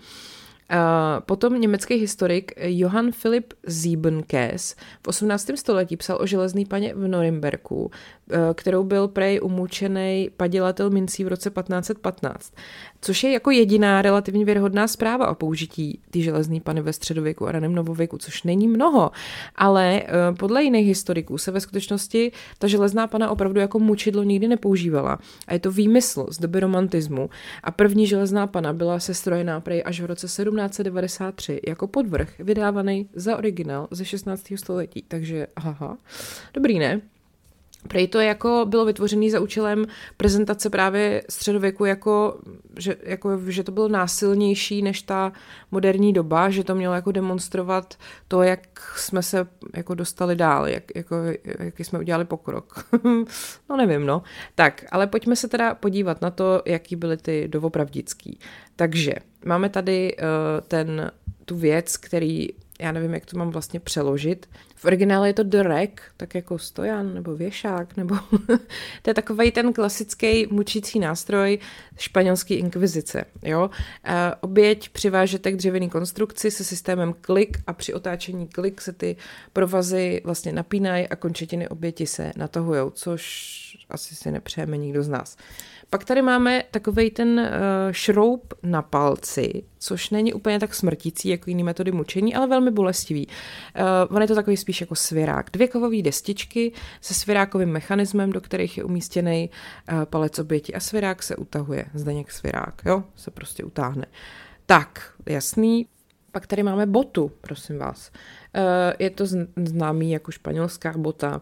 Potom německý historik Johann Philipp Siebenkäs v 18. století psal o železný paně v Norimberku, kterou byl prej umučený padělatel mincí v roce 1515, což je jako jediná relativně věrohodná zpráva o použití té železné pany ve středověku a raném novověku, což není mnoho, ale podle jiných historiků se ve skutečnosti ta železná pana opravdu jako mučidlo nikdy nepoužívala a je to výmysl z doby romantismu a první železná pana byla sestrojená prej až v roce 1793 jako podvrh vydávaný za originál ze 16. století, takže dobrý, ne? Prej to jako bylo vytvořené za účelem prezentace právě středověku že to bylo násilnější než ta moderní doba, že to mělo jako demonstrovat to, jak jsme se jako dostali dál, jaký jsme udělali pokrok. No nevím, no. Tak, ale pojďme se teda podívat na to, jaký byly ty doopravdický. Takže máme tady tu věc, který já nevím, jak to mám vlastně přeložit. V originále je to drek, tak jako stojan nebo věšák, nebo to je takovej ten klasický mučící nástroj španělské inkvizice. Jo? Oběť přivážete k dřevěné konstrukci se systémem klik a při otáčení klik se ty provazy vlastně napínají a končetiny oběti se natahujou, což asi si nepřejeme nikdo z nás. Pak tady máme takovej ten šroub na palci, což není úplně tak smrtící jako jiný metody mučení, ale velmi bolestivý. On je to takový spíš jako svirák. 2 kovové destičky se svirákovým mechanismem, do kterých je umístěný palec oběti a svirák se utahuje. Zdeněk svirák, jo, se prostě utáhne. Tak, jasný. Pak tady máme botu, prosím vás. Je to známý jako španělská bota,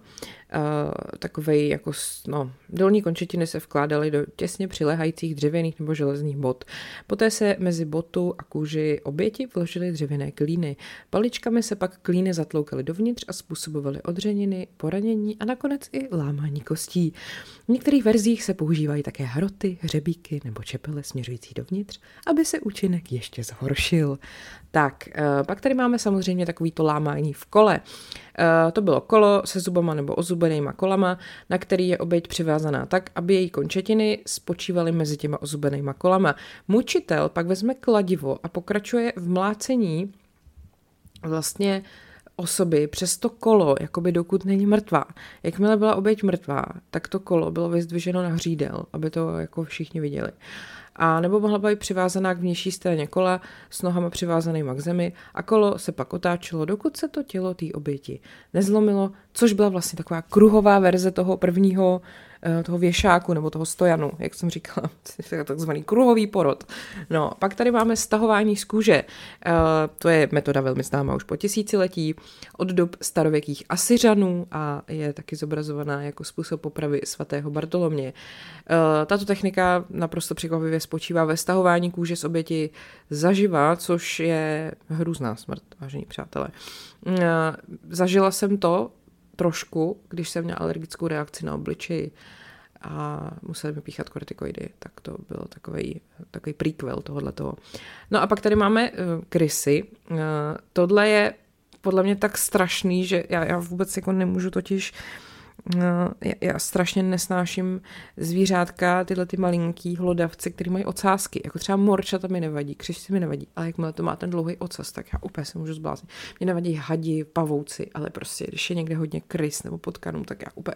takovej jako, dolní končetiny se vkládaly do těsně přilehajících dřevěných nebo železných bot. Poté se mezi botu a kůži oběti vložily dřevěné klíny. Paličkami se pak klíny zatloukaly dovnitř a způsobovaly odřeniny, poranění a nakonec i lámání kostí. V některých verzích se používají také hroty, hřebíky nebo čepele směřující dovnitř, aby se účinek ještě zhoršil. Tak, pak tady máme samozřejmě takovýto lámání v kole. To bylo kolo se zubama nebo ozubenýma kolama, na který je oběť přivázaná tak, aby její končetiny spočívaly mezi těma ozubenýma kolama. Mučitel pak vezme kladivo a pokračuje v mlácení vlastně osoby přes to kolo, jakoby dokud není mrtvá. Jakmile byla oběť mrtvá, tak to kolo bylo vyzdviženo na hřídel, aby to jako všichni viděli. A nebo mohla být přivázaná k vnější straně kola s nohama přivázanýma k zemi a kolo se pak otáčelo, dokud se to tělo té oběti nezlomilo, což byla vlastně taková kruhová verze toho prvního toho věšáku nebo toho stojanu, jak jsem říkala, takzvaný kruhový porod. No, pak tady máme stahování z kůže. To je metoda velmi známá už po tisíciletí, od dob starověkých Asyřanů a je taky zobrazovaná jako způsob popravy svatého Bartoloměje. Tato technika naprosto překvapivě spočívá ve stahování kůže z oběti zaživa, což je hrůzná smrt, vážení přátelé. Zažila jsem to trošku, když jsem měla alergickou reakci na obličeji a museli mi píchat kortikoidy, tak to byl takový prequel tohohletoho. No a pak tady máme krysy. Tohle je podle mě tak strašný, že já vůbec jako nemůžu totiž já strašně nesnáším zvířátka, tyhle ty malinký hlodavci, který mají ocásky. Jako třeba morčata mi nevadí, křišci mi nevadí, ale jakmile to má ten dlouhý ocas, tak já úplně se můžu zbláznit. Mě nevadí hadi, pavouci, ale prostě, když je někde hodně krys nebo potkanů, tak já úplně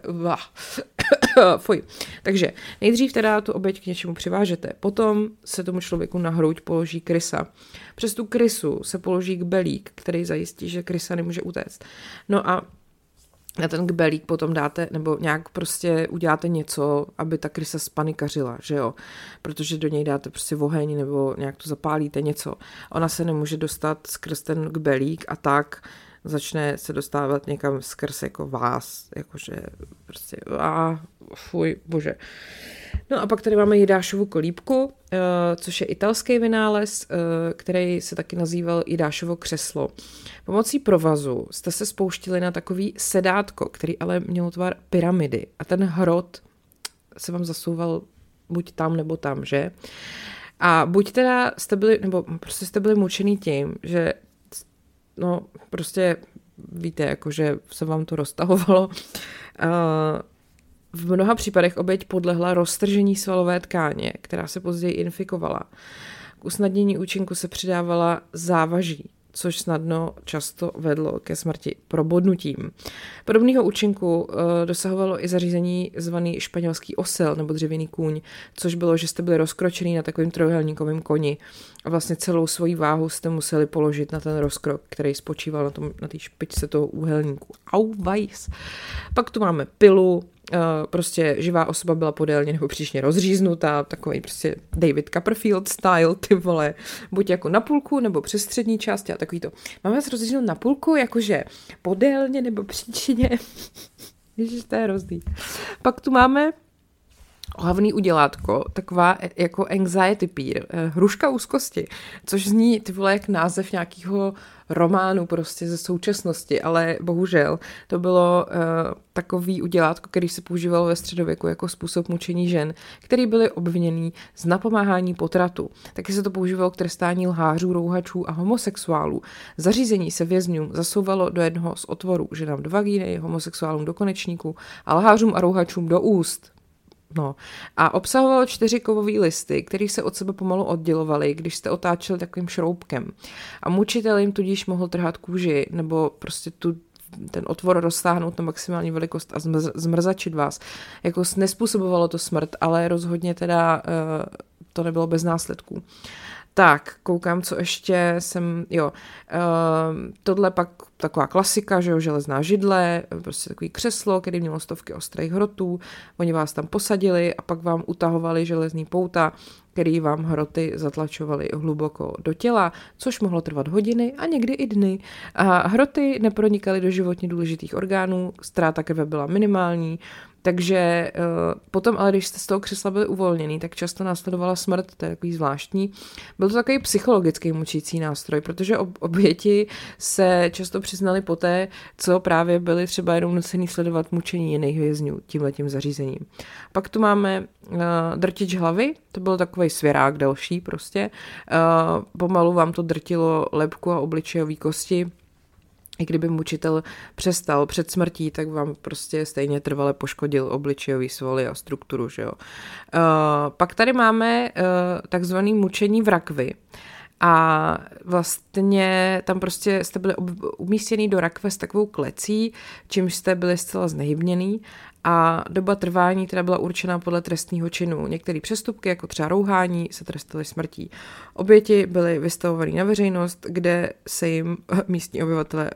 fuj. Takže nejdřív teda tu oběť k něčemu přivážete, potom se tomu člověku na hruď položí krysa. Přes tu krysu se položí kbelík, který zajistí, že krysa nemůže utéct. No a na ten kbelík potom dáte, nebo nějak prostě uděláte něco, aby ta krysa spanikařila, že jo? Protože do něj dáte prostě oheň nebo nějak to zapálíte něco. Ona se nemůže dostat skrz ten kbelík a tak začne se dostávat někam skrz jako vás, jakože prostě fuj, bože. No a pak tady máme Jidášovu kolíbku, což je italský vynález, který se taky nazýval Jidášovo křeslo. Pomocí provazu jste se spouštili na takový sedátko, který ale měl tvar pyramidy a ten hrot se vám zasouval buď tam nebo tam, že? A buď teda jste byli, nebo prostě jste byli mučený tím, že prostě víte, jakože se vám to roztahovalo. V mnoha případech oběť podlehla roztržení svalové tkáně, která se později infikovala. K usnadnění účinku se přidávala závaží, což snadno často vedlo ke smrti probodnutím. Podobného účinku dosahovalo i zařízení zvaný španělský osel nebo dřevěný kůň, což bylo, že jste byli rozkročený na takovým trojúhelníkovém koni a vlastně celou svoji váhu jste museli položit na ten rozkrok, který spočíval na té špičce toho úhelníku. Auweis. Pak tu máme pilu, prostě živá osoba byla podélně nebo příšně rozříznutá, takový prostě David Copperfield style, ty vole, buď jako na půlku nebo přes střední části a takový to. Máme se rozříznout na půlku, jakože podélně nebo příčně. Ježiš, to je hrozný. Pak tu máme hlavní udělátko, taková jako anxiety pear, hruška úzkosti, což zní, ty vole, jak název nějakého románu prostě ze současnosti, ale bohužel to bylo takový udělátko, který se používalo ve středověku jako způsob mučení žen, který byly obviněný z napomáhání potratu. Taky se to používalo k trestání lhářů, rouhačů a homosexuálů. Zařízení se vězňům zasouvalo do jednoho z otvorů, ženám do vagíny, homosexuálům do konečníku a lhářům a rouhačům do úst. No. A obsahovalo 4 kovové listy, které se od sebe pomalu oddělovaly, když jste otáčeli takovým šroubkem. A mučitel jim tudíž mohl trhat kůži, nebo prostě ten otvor roztáhnout na maximální velikost a zmrzačit vás. Jako nespůsobovalo to smrt, ale rozhodně teda to nebylo bez následků. Tak, koukám, co ještě jsem, tohle pak taková klasika, že jo, železná židle, prostě takový křeslo, který mělo stovky ostrých hrotů, oni vás tam posadili a pak vám utahovali železný pouta, který vám hroty zatlačovaly hluboko do těla, což mohlo trvat hodiny a někdy i dny. A hroty nepronikaly do životně důležitých orgánů, ztráta krve byla minimální, takže potom, ale když jste z toho křesla byli uvolněný, tak často následovala smrt, to je takový zvláštní. Byl to takový psychologický mučící nástroj, protože oběti se často přiznali poté, co právě byli třeba jenom nucený sledovat mučení jiných vězňů tímhletím zařízením. Pak tu máme drtič hlavy, to byl takový svěrák delší prostě. Pomalu vám to drtilo lebku a obličejové kosti. I kdyby mučitel přestal před smrtí, tak vám prostě stejně trvale poškodil obličejový svaly a strukturu, že jo. Pak tady máme takzvaný mučení v rakvi. A vlastně tam prostě jste byli umístěný do rakve s takovou klecí, čímž jste byli zcela znehybněný a doba trvání teda byla určená podle trestního činu. Některé přestupky, jako třeba rouhání, se trestaly smrtí. Oběti byly vystavované na veřejnost, kde se jim místní obyvatelé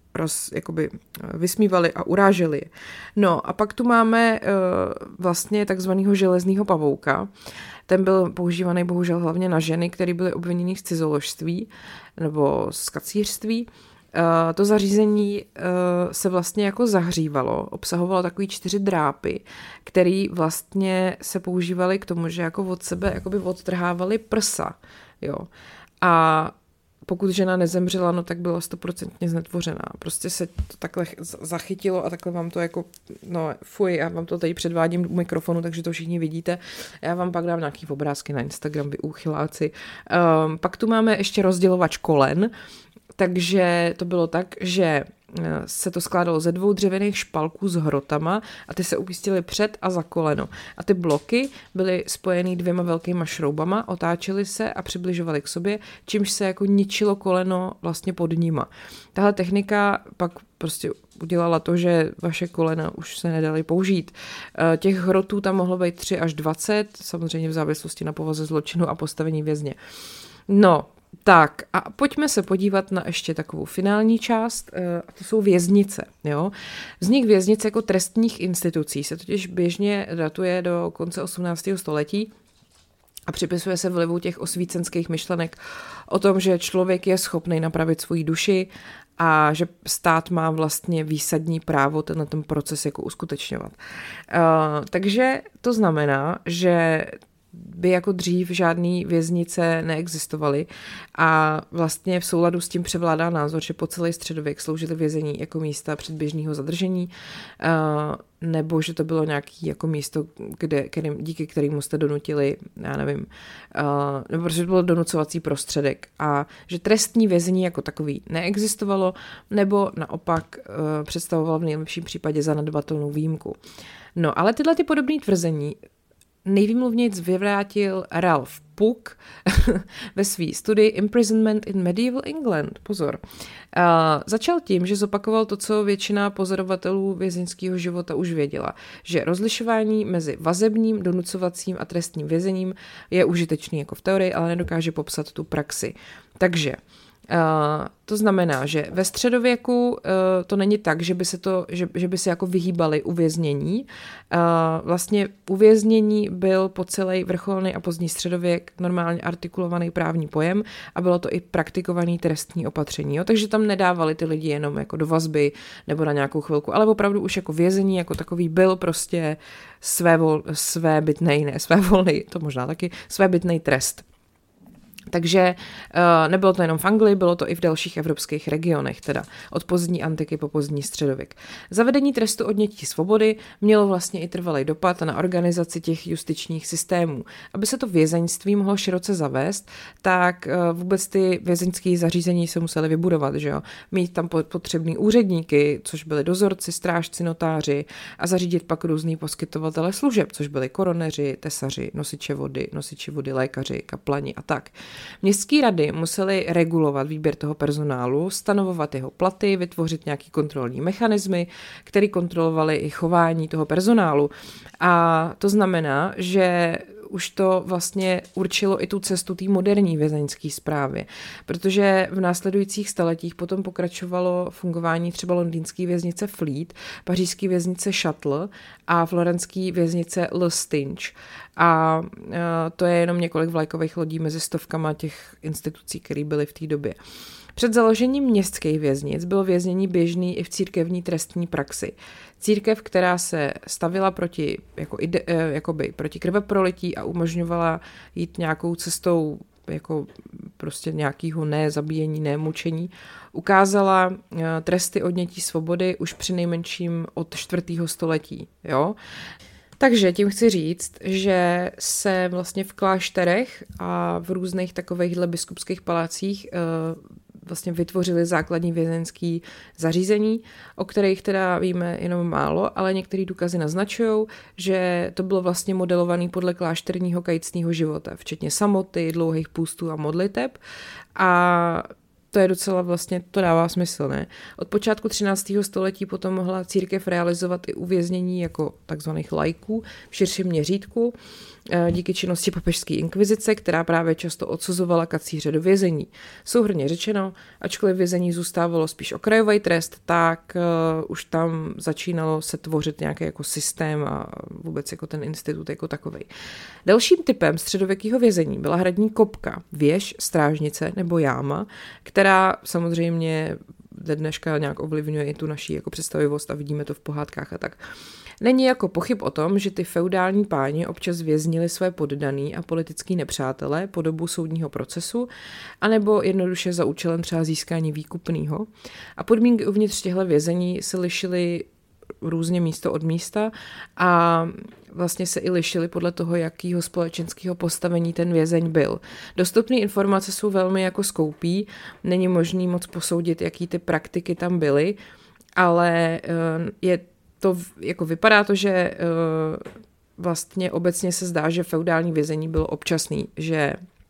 vysmívali a uráželi. No a pak tu máme vlastně takzvaného železného pavouka. Ten byl používaný bohužel hlavně na ženy, které byly obviněny z cizoložství nebo z kacířství. To zařízení se vlastně jako zahřívalo, obsahovalo takový 4 drápy, které vlastně se používaly k tomu, že jako od sebe jakoby odtrhávali prsa. Jo. A pokud žena nezemřela, no tak byla 100% znetvořená. Prostě se to takhle zachytilo a takhle vám to jako, no fuj, já vám to tady předvádím u mikrofonu, takže to všichni vidíte. Já vám pak dám nějaký obrázky na Instagram, vy úchyláci. Pak tu máme ještě rozdělovač kolen, takže to bylo tak, že se to skládalo ze 2 dřevěných špalků s hrotama a ty se umístily před a za koleno. A ty bloky byly spojený 2 velkýma šroubama, otáčely se a přibližovaly k sobě, čímž se jako ničilo koleno vlastně pod nima. Tahle technika pak prostě udělala to, že vaše kolena už se nedaly použít. Těch hrotů tam mohlo být 3 až 20, samozřejmě v závislosti na povaze zločinu a postavení vězně. No, tak a pojďme se podívat na ještě takovou finální část, a to jsou věznice. Jo? Vznik věznic jako trestních institucí se totiž běžně datuje do konce 18. století a připisuje se vlivu těch osvícenských myšlenek o tom, že člověk je schopný napravit svoji duši a že stát má vlastně výsadní právo ten proces jako uskutečňovat. Takže to znamená, že by jako dřív žádný věznice neexistovaly a vlastně v souladu s tím převládá názor, že po celý středověk sloužily vězení jako místa předběžného zadržení nebo že to bylo nějaký jako místo, díky kterému jste donutili, já nevím, nebo protože to byl donucovací prostředek a že trestní vězení jako takový neexistovalo, nebo naopak představovalo v nejlepším případě zanedbatelnou výjimku. No, ale tyhle ty podobné tvrzení nejvýmluvnějc vyvrátil Ralph Puck ve své studii Imprisonment in Medieval England. Pozor. Začal tím, že zopakoval to, co většina pozorovatelů vězeňského života už věděla, že rozlišování mezi vazebním, donucovacím a trestním vězením je užitečný jako v teorii, ale nedokáže popsat tu praxi. Takže To znamená, že ve středověku to není tak, že by se jako vyhýbali uvěznění. Vlastně uvěznění byl po celý vrcholný a pozdní středověk normálně artikulovaný právní pojem a bylo to i praktikovaný trestní opatření. Jo? Takže tam nedávali ty lidi jenom jako do vazby nebo na nějakou chvilku, ale opravdu už jako vězení jako takový byl prostě svébytný trest. Takže nebylo to jenom v Anglii, bylo to i v dalších evropských regionech, teda od pozdní antiky po pozdní středověk. Zavedení trestu odnětí svobody mělo vlastně i trvalý dopad na organizaci těch justičních systémů. Aby se to vězeňství mohlo široce zavést, tak vůbec ty vězeňské zařízení se musely vybudovat, že jo? Mít tam potřebný úředníky, což byli dozorci, strážci, notáři a zařídit pak různý poskytovatele služeb, což byli koroneři, tesaři, nosiči vody, lékaři, kaplani a tak. Městské rady musely regulovat výběr toho personálu, stanovovat jeho platy, vytvořit nějaký kontrolní mechanismy, které kontrolovaly i chování toho personálu. A to znamená, že už to vlastně určilo i tu cestu té moderní vězeňské správy, protože v následujících staletích potom pokračovalo fungování třeba londýnské věznice Fleet, pařížské věznice Shuttle a florenské věznice Le Stinge. A to je jenom několik vlajkových lodí mezi stovkama těch institucí, které byly v té době. Před založením městských věznic bylo věznění běžný i v církevní trestní praxi. Církev, která se stavila proti krveprolití a umožňovala jít nějakou cestou jako prostě nějakého nezabíjení, nemučení, ukázala tresty odnětí svobody už přinejmenším od 4. století. Jo? Takže tím chci říct, že se vlastně v klášterech a v různých takovýchhle biskupských palácích vlastně vytvořili základní vězeňský zařízení, o kterých teda víme jenom málo, ale některé důkazy naznačují, že to bylo vlastně modelované podle klášterního kajícního života, včetně samoty, dlouhých půstů a modliteb. A to je docela vlastně, to dává smysl, ne? Od počátku 13. století potom mohla církev realizovat i uvěznění jako takzvaných laiků v širším měřítku díky činnosti papežské inkvizice, která právě často odsuzovala kacíře do vězení. Souhrnně řečeno, ačkoliv vězení zůstávalo spíš okrajový trest, tak už tam začínalo se tvořit nějaký jako systém a vůbec jako ten institut jako takovej. Dalším typem středověkého vězení byla hradní kopka, věž, strážnice nebo jáma, která samozřejmě dneška nějak ovlivňuje i tu naší jako představivost a vidíme to v pohádkách a tak. Není jako pochyb o tom, že ty feudální páni občas věznili své poddaný a politický nepřátelé po dobu soudního procesu, anebo jednoduše za účelem třeba získání výkupného. A podmínky uvnitř těchto vězení se lišily různě místo od místa a vlastně se i lišily podle toho, jakýho společenského postavení ten vězeň byl. Dostupné informace jsou velmi jako skoupí, není možný moc posoudit, jaký ty praktiky tam byly, ale je to, jako vypadá to, že vlastně obecně se zdá, že feudální vězení bylo občasný, že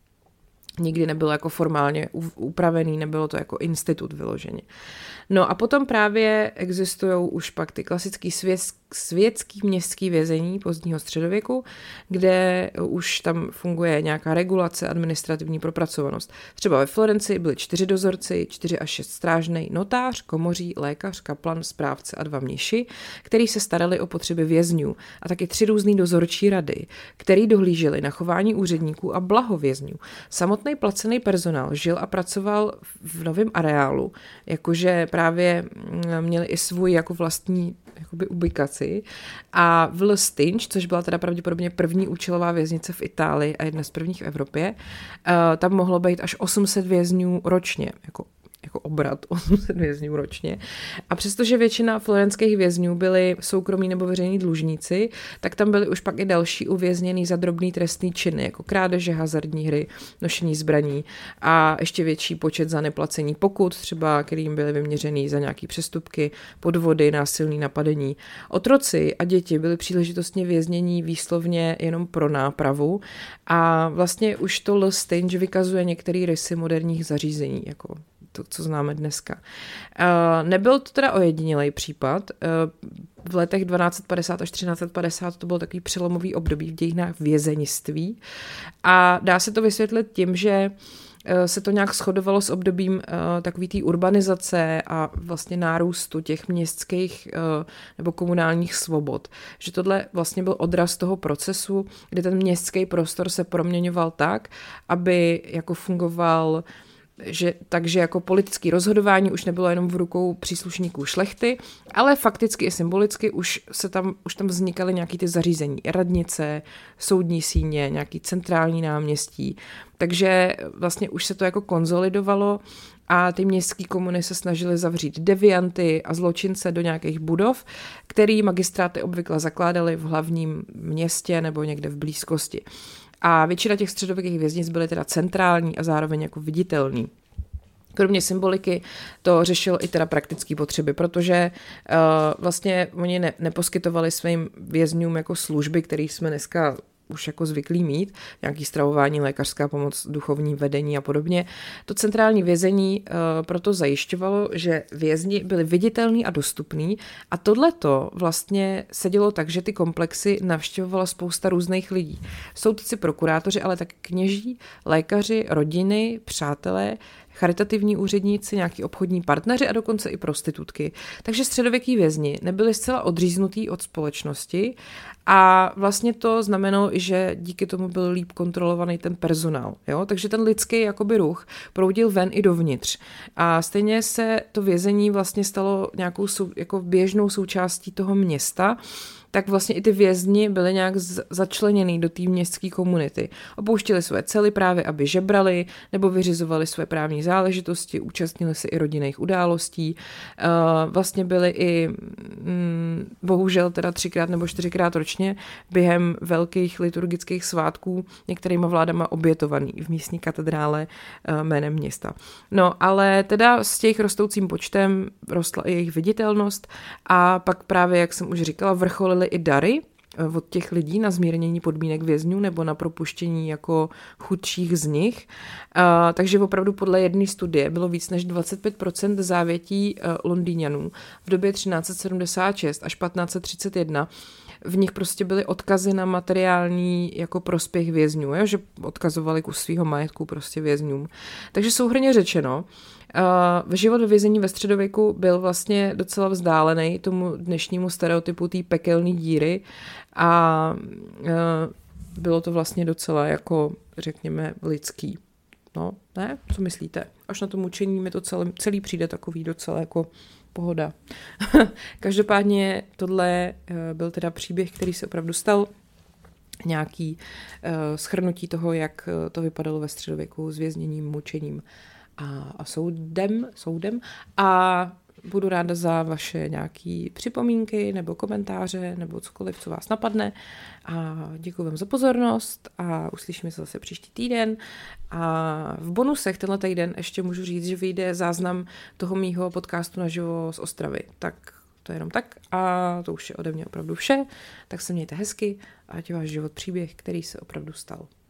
nikdy nebylo jako formálně upravený, nebylo to jako institut vyloženě. No a potom právě existují už pak ty klasický světský městský vězení pozdního středověku, kde už tam funguje nějaká regulace, administrativní propracovanost. Třeba ve Florencii byli 4 dozorci, 4 až 6 strážnej, notář, komoří, lékař, kaplan, správce a 2 mniši, který se starali o potřeby vězňů a taky 3 různý dozorčí rady, který dohlíželi na chování úředníků a blaho vězňů. Samotný placený personál žil a pracoval v novém areálu, jakože právě měli i svůj jako vlastní jakoby ubikaci a v Le Stinge, což byla teda pravděpodobně první účelová věznice v Itálii a jedna z prvních v Evropě, tam mohlo být až 800 vězňů ročně, jako obrat 800 vězňů ročně. A přestože většina florenských vězňů byli soukromí nebo veřejní dlužníci, tak tam byli už pak i další uvězněný za drobný trestný činy, jako krádeže, hazardní hry, nošení zbraní a ještě větší počet za neplacení pokut, třeba kterým byly vyměřený za nějaký přestupky, podvody, násilný napadení. Otroci a děti byli příležitostně věznění výslovně jenom pro nápravu a vlastně už to Le Stinge vykazuje některé rysy moderních zařízení, jako to, co známe dneska. Nebyl to teda ojedinělej případ. V letech 1250 až 1350 to bylo takový přelomový období v dějinách vězeňství a dá se to vysvětlit tím, že se to nějak shodovalo s obdobím takový té urbanizace a vlastně nárůstu těch městských nebo komunálních svobod. Že tohle vlastně byl odraz toho procesu, kdy ten městský prostor se proměňoval tak, aby jako fungoval takže jako politické rozhodování už nebylo jenom v rukou příslušníků šlechty, ale fakticky i symbolicky už tam vznikaly nějaký ty zařízení, radnice, soudní síně, nějaký centrální náměstí. Takže vlastně už se to jako konzolidovalo a ty městské komuny se snažily zavřít devianty a zločince do nějakých budov, který magistráty obvykle zakládaly v hlavním městě nebo někde v blízkosti. A většina těch středověkých věznic byly teda centrální a zároveň jako viditelný. Kromě symboliky to řešilo i teda praktické potřeby, protože vlastně oni neposkytovali svým vězňům jako služby, které jsme dneska už jako zvyklí mít, nějaký stravování, lékařská pomoc, duchovní vedení a podobně. To centrální vězení proto zajišťovalo, že vězni byli viditelní a dostupní a tohleto vlastně se dělo tak, že ty komplexy navštěvovala spousta různých lidí. Soudci, prokurátoři, ale tak kněží, lékaři, rodiny, přátelé, charitativní úředníci, nějaký obchodní partneři a dokonce i prostitutky. Takže středověký vězni nebyli zcela odříznutí od společnosti a vlastně to znamenalo, že díky tomu byl líp kontrolovaný ten personál. Jo? Takže ten lidský jakoby ruch proudil ven i dovnitř. A stejně se to vězení vlastně stalo nějakou jako běžnou součástí toho města, tak vlastně i ty vězni byly nějak začleněný do té městské komunity. Opouštěli své cely právě, aby žebrali nebo vyřizovali své právní záležitosti, účastnili se i rodinných událostí. Vlastně byli i bohužel teda 3x nebo 4x ročně během velkých liturgických svátků některýma vládama obětovaný v místní katedrále jménem města. No, ale teda s těch rostoucím počtem rostla i jejich viditelnost a pak právě, jak jsem už říkala, vrcholily i dary od těch lidí na zmírnění podmínek vězňů nebo na propuštění jako chudších z nich. Takže opravdu podle jedné studie bylo víc než 25% závětí Londýňanů v době 1376 až 1531. V nich prostě byly odkazy na materiální jako prospěch vězňů, jo? Že odkazovali kus svého majetku prostě vězňům. Takže souhrnně řečeno, život ve vězení ve středověku byl vlastně docela vzdálený tomu dnešnímu stereotypu té pekelné díry a bylo to vlastně docela jako, řekněme, lidský. No, ne? Co myslíte? Až na to mučení mi to celý přijde takový docela jako pohoda. Každopádně tohle byl teda příběh, který se opravdu stal. Nějaký shrnutí toho, jak to vypadalo ve středověku s vězněním, mučením a soudem. A budu ráda za vaše nějaké připomínky nebo komentáře nebo cokoliv, co vás napadne. A děkuji vám za pozornost a uslyšíme se zase příští týden. A v bonusech tenhle týden ještě můžu říct, že vyjde záznam toho mýho podcastu naživo z Ostravy. Tak to je jenom tak a to už je ode mě opravdu vše. Tak se mějte hezky a ať je váš život příběh, který se opravdu stal.